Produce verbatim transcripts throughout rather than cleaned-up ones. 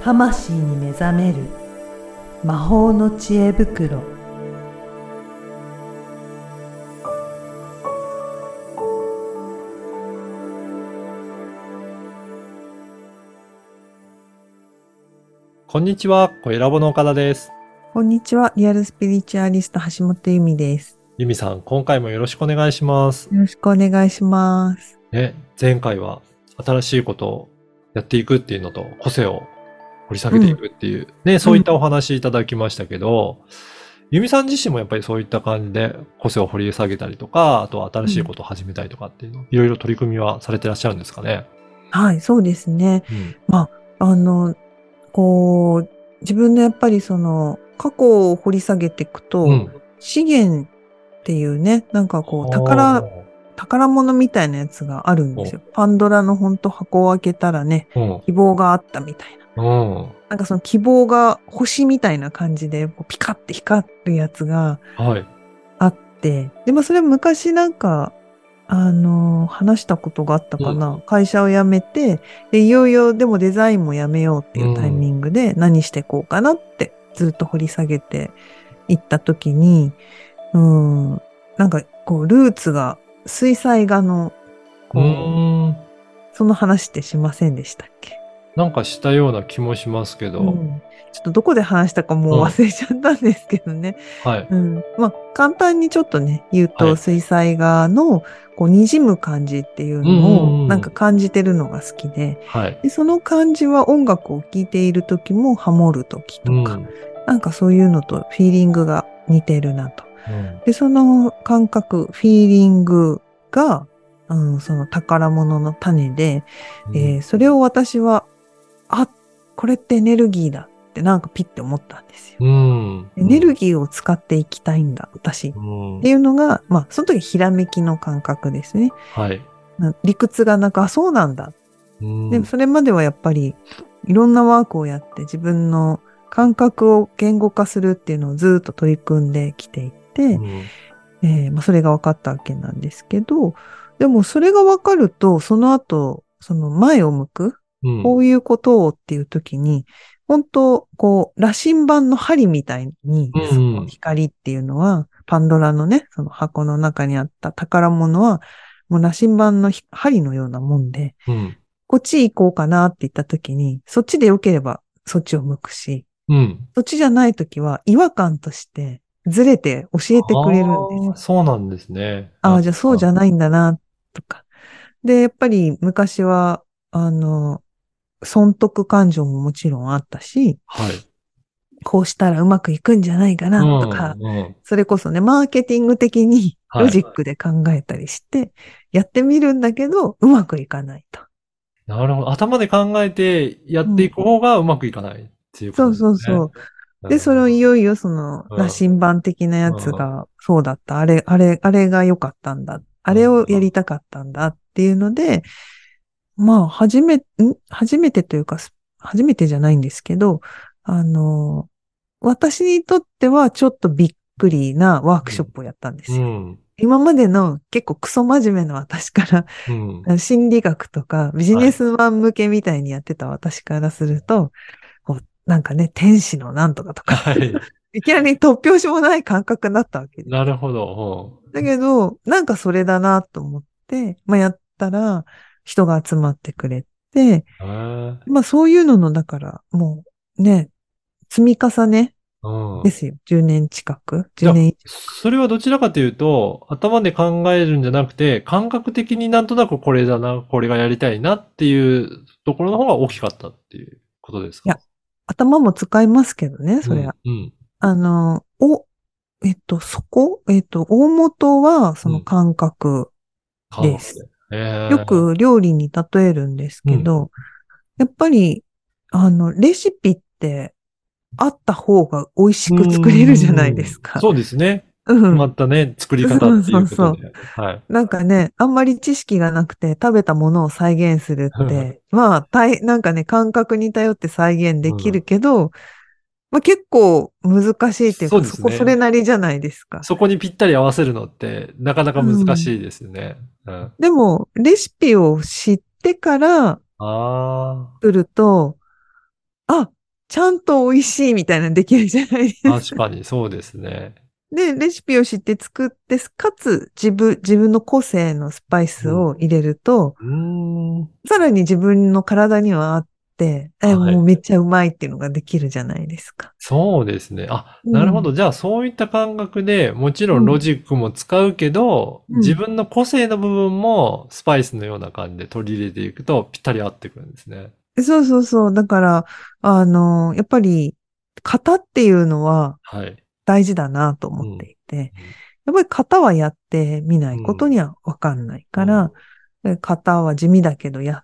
魂に目覚める魔法の知恵袋。 こんにちは、声ラボの岡田です。 こんにちは、リアルスピリチュアリスト橋本由美です。 由美さん、今回もよろしくお願いします。 よろしくお願いします。 ね、前回は新しいことをやっていくっていうのと個性を掘り下げていくっていう、うん、ね、そういったお話いただきましたけど、うん、由美さん自身もやっぱりそういった感じで個性を掘り下げたりとか、あとは新しいことを始めたりとかっていうの、うん、いろいろ取り組みはされてらっしゃるんですかね。 はい、そうですね。うん、まあ、あの、こう、自分のやっぱりその過去を掘り下げていくと、うん、資源っていうね、なんかこう宝、宝物みたいなやつがあるんですよ。パンドラの本当箱を開けたらね、希望があったみたいな。うん、なんかその希望が星みたいな感じでピカって光るやつがあって、はい、で、まあそれ昔なんか、あの、話したことがあったかな。うん、会社を辞めて、で、いよいよでもデザインもやめようっていうタイミングで何していこうかなってずっと掘り下げていったときに、うん、なんかこう、ルーツが水彩画の、こう、うーん、その話ってしませんでしたっけ？ なんかしたような気もしますけど、うん、 ちょっとどこで話したかもう忘れちゃったんですけどね。 うん、はい。 うん。まあ、簡単にちょっとね、言うと、はい、水彩画の、こう、滲む感じっていうのを、なんか感じてるのが好きで、はい、で、その感じは音楽を聴いている時もハモる時とか、うん、なんかそういうのとフィーリングが似てるなと。うん、で、その感覚、フィーリングが、うん、その宝物の種で、うん、えー、それを私は、あ、これってエネルギーだってなんかピッて思ったんですよ。うん、エネルギーを使っていきたいんだ、私。うん、っていうのが、まあ、その時ひらめきの感覚ですね。はい。理屈がなんか、あ、そうなんだ。うん、で、それまではやっぱり、いろんなワークをやって自分の感覚を言語化するっていうのをずっと取り組んできていて、うん、えーまあ、それが分かったわけなんですけど、でもそれが分かると、その後、その前を向く、うん、こういうことをっていう時に、本当、こう、羅針盤の針みたいに、その光っていうのは、うん、パンドラのね、その箱の中にあった宝物は、もう羅針盤の針のようなもんで、うん、こっち行こうかなって言った時に、そっちで良ければそっちを向くし、うん、そっちじゃない時は違和感としてずれて教えてくれるんです。 ああ、そうなんですね。 ああ、じゃあそうじゃないんだな、とか。で、やっぱり昔は、あの、損得感情ももちろんあったし、はい、こうしたらうまくいくんじゃないかなとか、うんうん、それこそね、マーケティング的にロジックで考えたりして、やってみるんだけど、うまくいかないと。 なるほど。頭で考えてやっていく方がうまくいかないっていうことですね。 そうそうそう。で、それをいよいよその、羅針盤的なやつが、そうだった。あれ、あれ、あれが良かったんだ。あれをやりたかったんだっていうので、まあ、初め、ん初めてというか、初めてじゃないんですけど、あの、私にとってはちょっとびっくりなワークショップをやったんですよ。うん、今までの結構クソ真面目な私から、うん、心理学とかビジネスマン向けみたいにやってた私からすると、はい、なんかね、天使のなんとかとか、はい、いきなり突拍子もない感覚になったわけです。 なるほど。 だけど、なんかそれだなと思って、まあやったら人が集まってくれて、まあそういうのの、だからもうね、積み重ねですよ。うん、じゅうねん近く。じゅうねん以上。 それはどちらかというと、頭で考えるんじゃなくて、感覚的になんとなくこれだな、これがやりたいなっていうところの方が大きかったっていうことですか？ いや、頭も使いますけどね、それは。うんうん、あの、お、えっと、そこえっと、大元はその感覚です。うん、よく料理に例えるんですけど、うん、やっぱり、あの、レシピってあった方が美味しく作れるじゃないですか。 そうですね。決まったね、作り方っていうことで。そうそうそう。 はい。なんかね、あんまり知識がなくて食べたものを再現するって、まあ、大、なんかね、感覚に頼って再現できるけど、うん、まあ、結構難しいっていうか、そ, ね、そこそれなりじゃないですか。 そこにぴったり合わせるのってなかなか難しいですね。うんうん、 でも、レシピを知ってから作ると、あ、 ちゃんと美味しいみたいなのできるじゃないですか。 確かにそうですね。 で、レシピを知って作って、かつ自分、自分の個性のスパイスを入れると、 うん。うーん。 さらに自分の体には合って、え、 はい。 もうめっちゃうまいっていうのができるじゃないですか。 そうですね。あ、 うん。 なるほど。じゃあそういった感覚でもちろんロうん。 ジックも使うけど、 うん。 自分の個性の部分もスパイスのような感じで取り入れていくとぴったり合ってくるんですね。 そうそうそう。だから、あの、やっぱり、型っていうのははい。 大事だなと思っうん。 ていて、やっぱり型はやってみなういことん。 にはわかんないうん。 から、え型は地味だけどやって、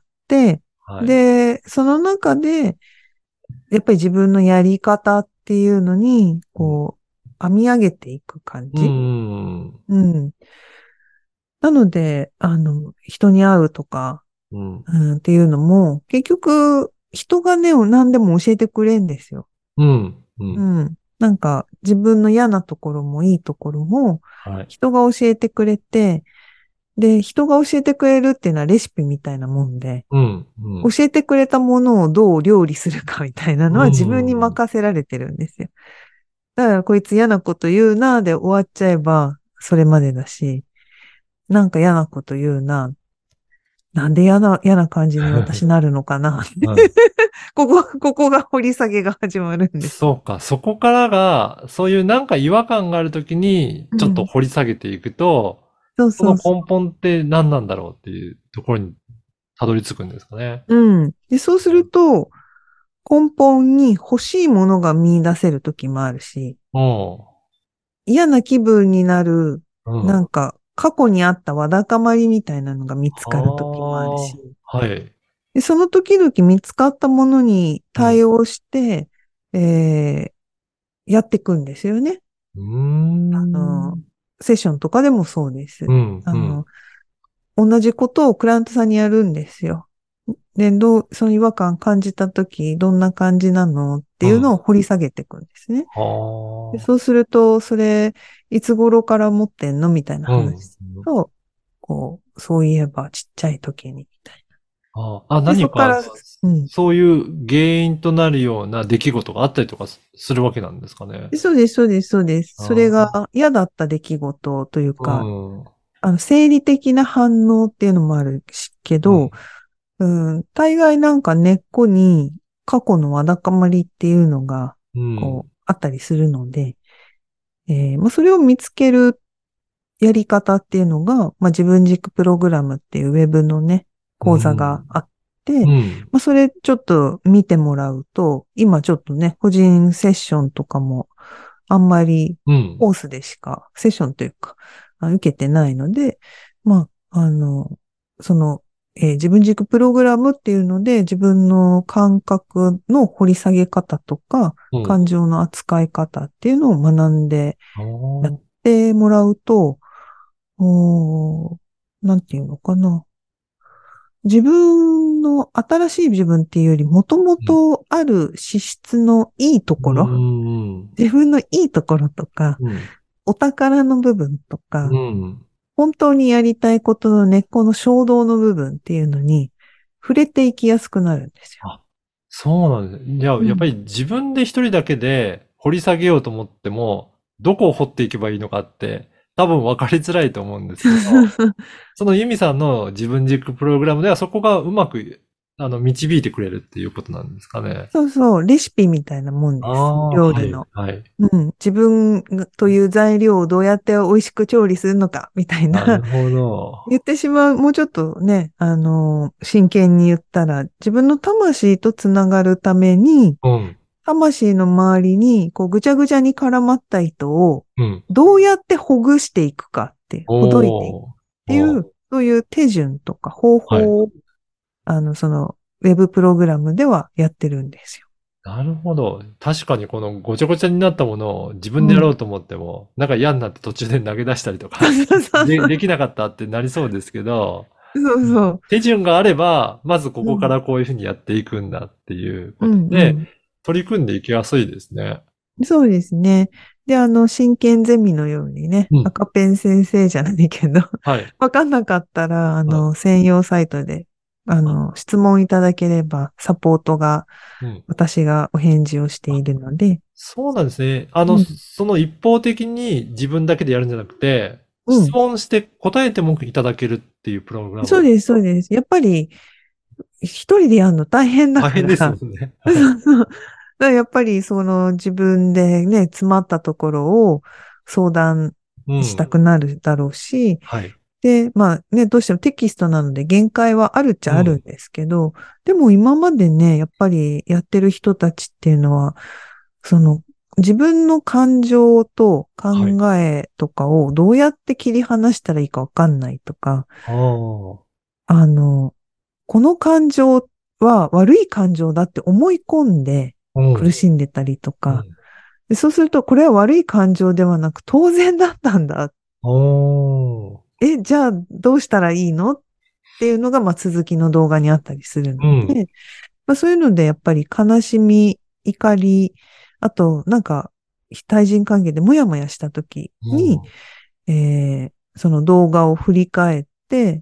はい。 で、その中で、やっぱり自分のやり方っていうのに、 うん。 こう、編み上げていく感うじ。 ん。 うん。なので、あの、人に会うとか、 うん。 うん、っていうのも、結局、人がね、何でも教えてくれんですよ。 うん。ううん。 ん。なんか、自分の嫌なところもいいところも、 はい。 人が教えてくれて、で、人が教えてくれるっていうのはレシピみたいなもんで、 うん。うん。 教えてくれたものをどう料理するかみたいなのうは自分にん。 任せられてるんですよ。だからこいつ嫌なこと言うなで終わっちゃえばそれまでだし、なんか嫌なこと言うな、なんで嫌な、嫌な感じに私なるのかな。 うん。 ここ、ここが掘り下げが始まるんです。 そうか。そこからが、そういうなんか違和感があるときに、ちょっとうん。 掘り下げていくと、 そうそのそうそ根本って何なんだろうっていうところにたどり着くんですかね。 う。うん。で、そうすると、根本に欲しいものが見出せる時もあるし、 うん。 嫌な気分になる、 うん。 なんか、過去にあったわだかまりみたいなのが見つかる時もあるはし、 あ。はい。 で、その時々見つかったものにうん。 対応して、えーやっていくんですよね。 うーあの、 ん。 セッションとかでもそうです。 うん。うん。 あの、同じことをクライアントさんにやるんですよ。で、どう、その違和感感じたとき、どんな感じなのってうん。 いうのを掘り下げていくんですね。ではそうすると、それ、いつ頃から持ってんのみたいなあ。うん。 話と、こう、そういえばちっちゃい時に、みたいああ、あ、 な。で、そ何か、 こから、うん。 そういう原因となるような出来事があったりとかすするわけなんですかね。 でそうです、そうです、そうです。それあが嫌だった出来事というあ。 か、 うん。 あの、生理的な反応っていうのもあるしけど、 うん。 うん、大概なんか根っこに過去のわだかまりっていうのが、 うん。 こう、あったりするので、えーまあ、それを見つけるやり方っていうのが、まあ、自分軸プログラムっていうウェブのね、 う講座がん。 あって、 うん。 まあ、それちょっと見てもらうと、今ちょっとね、個人セッションとかもあんまりうん。 コースでしか、セッションというか、あ受けてないので、まあ、あの、その、えー自分軸プログラムっていうので、自分の感覚の掘り下げ方とか、 うん。 感情の扱い方っていうのを学んであやっあ。 てもらうと、おーなんていうのかな。自分の新しい自分っていうより、もともうん。 とある資質のいいとうころ、 ーん。 自分のいいところとか、 うん。 お宝の部分とか、 うん。 本当にやりたいことの根っこの衝動の部分っていうのに触れていきやすくなるんですよ。 あ、そうなんですね。じゃあ、 うん。 やっぱり自分で一人だけで掘り下げようと思っても、どこを掘っていけばいいのかって、多分分かりづらいと思うんですけど、そのユミさんの自分軸プログラムではそこがうまく、あの、導いてくれるっていうことなんですかね。 そうそう、レシピみたいなもんです。 ああ、はい、 料理の。 はい。 うん。自分という材料をどうやって美味しく調理するのか、みたいな。 なるほど。 言ってしまう、もうちょっとね、あの、真剣に言ったら、自分の魂とつながるために、 うん、 魂の周りに、こう、ぐちゃぐちゃに絡まった糸を、 うん。 どうやってほぐしていくかって、ほどいていくっおー、おー、 ていう、そういう手順とか方はい。 法を、あの、その、ウェブプログラムではやってるんですよ。 なるほど。確かにこのごちゃごちゃになったものを自分でやろうん。 うと思っても、なんか嫌になって途中で投げ出したりとか、 そうそうで、 そう。 できなかったってなりそうですけど、 そうそう。 手順があれば、まずこうん。 こからこういうふうにやっていくんだっていううことで、 んうん。 取り組んでいきやすいですね。 そうですね。で、あの、真剣ゼミのようにね、 うん。 赤ペン先生じゃないけど、 はい。 わかんなかったら、あはい。 の、専用サイトであの、質問いただければ、サポートが、うん、私がお返事をしているので。 そうなんですね。あの、うん、その一方的に自分だけでやるんじゃなくて、うん、質問して答えてもいただけるっていうプログラム。 そうです、そうです。やっぱり、一人でやるの大変だから。 大変ですもんね。 はい、そうそう。だからやっぱり、その自分でね、詰まったところを相談したくなるだろうし、うん、はい。で、まあね、どうしてもテキストなので限界はあるっちゃあるんですけど、うん、でも今までね、やっぱりやってる人たちっていうのは、その自分の感情と考えとかをどうやって切り離したらいいかわかんないとか、はい、あの、この感情は悪い感情だって思い込んで苦しんでたりとか、うん、でそうするとこれは悪い感情ではなく当然だったんだ。え、じゃあどうしたらいいのっていうのが、まあ、続きの動画にあったりするので、うん、まあ、そういうのでやっぱり悲しみ、怒り、あとなんか対人関係でもやもやした時に、うん、えー、その動画を振り返って、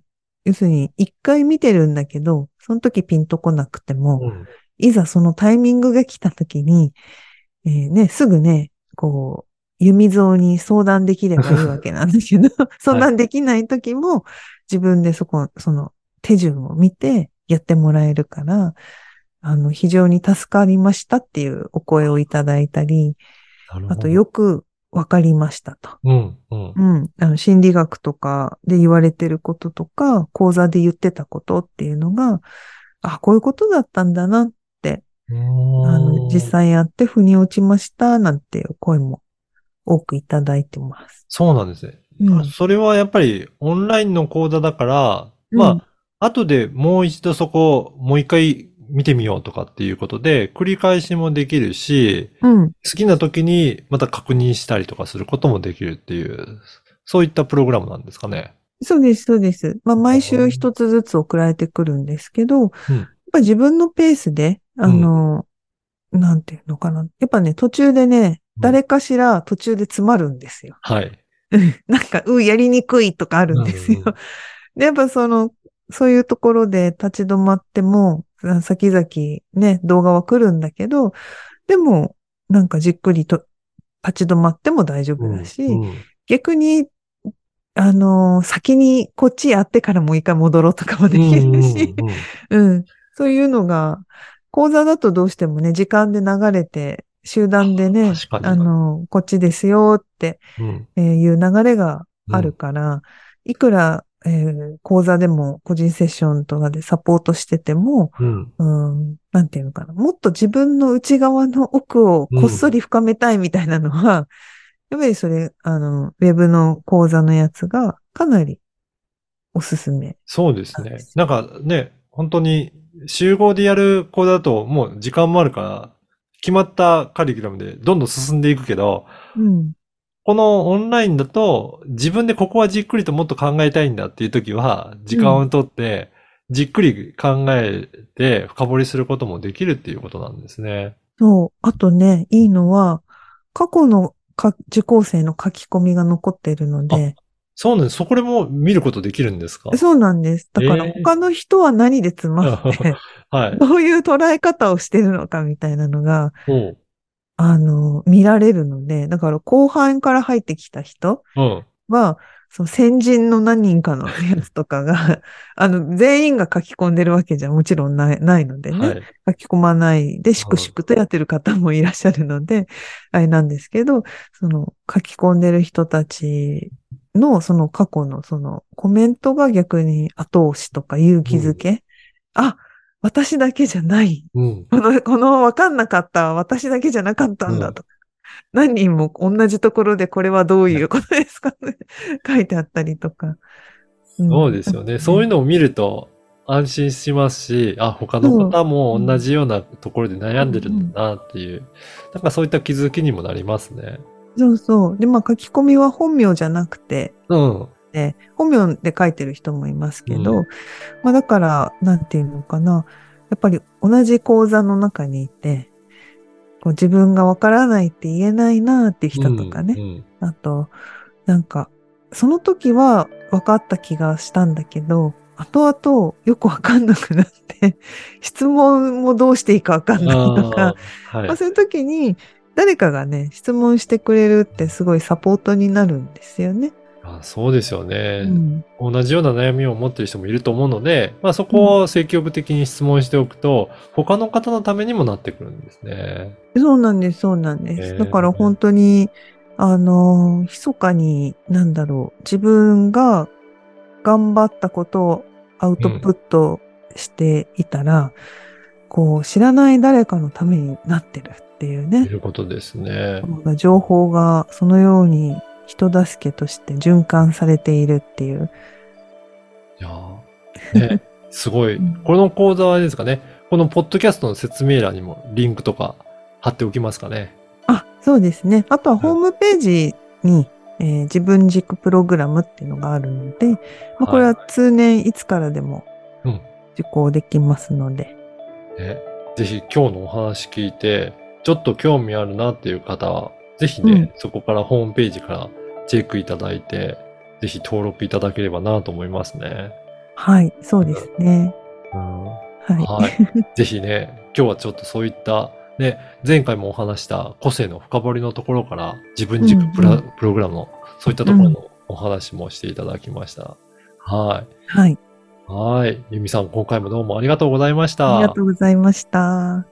要するに一回見てるんだけど、その時ピンとこなくても、うん、いざそのタイミングが来た時に、えー、ね、すぐね、こう、弓蔵に相談できればいいわけなんだけど、相談できない時も自分でそこ、その手順を見てやってもらえるから、あの、非常に助かりましたっていうお声をいただいたり、あとよくわかりましたと。うんうん、うん。あの心理学とかで言われてることとか、講座で言ってたことっていうのが、あ、こういうことだったんだなって、あの、実際やって腑に落ちましたなんていう声も多くいただいてます。 そうなんですね。うん、それはやっぱりオンラインの講座だから、うん、まあ、後でもう一度そこをもう一回見てみようとかっていうことで、繰り返しもできるし、うん、好きな時にまた確認したりとかすることもできるっていう、そういったプログラムなんですかね。 そうです、そうです。まあ、毎週一つずつ送られてくるんですけど、うん、やっぱ自分のペースで、あの、うん、なんていうのかな。やっぱね、途中でね、誰かしら途中で詰まるんですよ。 はい。 なんか、う、やりにくいとかあるんですよ。うんうん、で、やっぱその、そういうところで立ち止まっても、先々ね、動画は来るんだけど、でも、なんかじっくりと立ち止まっても大丈夫だし、うんうん、逆に、あのー、先にこっちやってからもう一回戻ろうとかもできるし、うん、うんうん、そういうのが、講座だとどうしてもね、時間で流れて、集団でね、あの、こっちですよって、うん、えー、いう流れがあるから、うん、いくら、えー、講座でも個人セッションとかでサポートしてても、うん、うん、なんていうのかな、もっと自分の内側の奥をこっそり深めたいみたいなのは、うん、やっぱりそれ、あの、ウェブの講座のやつがかなりおすすめ。 そうですね。なんかね、本当に集合でやる講座だともう時間もあるから、決まったカリキュラムでどんどん進んでいくけど、うん、このオンラインだと自分でここはじっくりともっと考えたいんだっていう時は時間をとってじっくり考えて深掘りすることもできるっていうことなんですね。 そう。あとね、いいのは過去の受講生の書き込みが残っているので、 そうなんです。そこでも見ることできるんですか？ そうなんです。だから他の人は何で詰まって、はい、どういう捉え方をしてるのかみたいなのが、あの、見られるので、だから後半から入ってきた人は、うん、その先人の何人かのやつとかが、あの、全員が書き込んでるわけじゃもちろんない、ないのでね、はい、書き込まないで、しくしくとやってる方もいらっしゃるので、あれなんですけど、その書き込んでる人たちのその過去のそのコメントが逆に後押しとか勇気づけ、うん、あ、私だけじゃない。うん、この、この分かんなかった私だけじゃなかったんだとか、うん、何人も同じところでこれはどういうことですかね書いてあったりとか。 うん、そうですよね。そういうのを見ると安心しますし、あ、他の方も同じようなところで悩んでるんだなっていう、うん、なんかそういった気づきにもなりますね。 そうそう。で、まあ書き込みは本名じゃなくて、うん。で本名で書いてる人もいますけど、うん、まあだから、なんていうのかな。やっぱり同じ講座の中にいて、こう自分がわからないって言えないなっていう人とかね。うんうん、あと、なんか、その時は分かった気がしたんだけど、 後々よくわかんなくなって、質問もどうしていいかわかんないとか、はい、まあ、そういう時に誰かがね、質問してくれるってすごいサポートになるんですよね。 あ、そうですよね、うん。同じような悩みを持っている人もいると思うので、まあ、そこを積極的に質問しておくと、うん、他の方のためにもなってくるんですね。 そうなんです、そうなんです。だから本当に、あの、密かに、なんだろう、自分が頑張ったことをアウトプットしていたら、うん、こう、知らない誰かのためになってるっていうね。 ということですね。 情報がそのように人助けとして循環されているっていう。 いやー、ね、すごい。この講座はですかね、このポッドキャストの説明欄にもリンクとか貼っておきますかね。 あ、そうですね。あとはホームページに、えー、自分軸プログラムっていうのがあるので、まあ、これは通年いつからでも受講できますので。 うんね、ぜひ今日のお話聞いて、ちょっと興味あるなっていう方は、ぜひね、うん、そこからホームページからチェックいただいて、ぜひ登録いただければなと思いますね。 はい、そうですね。 うん、はい。はい。ぜひね、今日はちょっとそういったね、前回もお話した個性の深掘りのところから自分軸プラ、うんうん、プログラムのそういったところのお話もしていただきました。うん、はい。 はい。 はい。ゆみさん、今回もどうもありがとうございました。 ありがとうございました。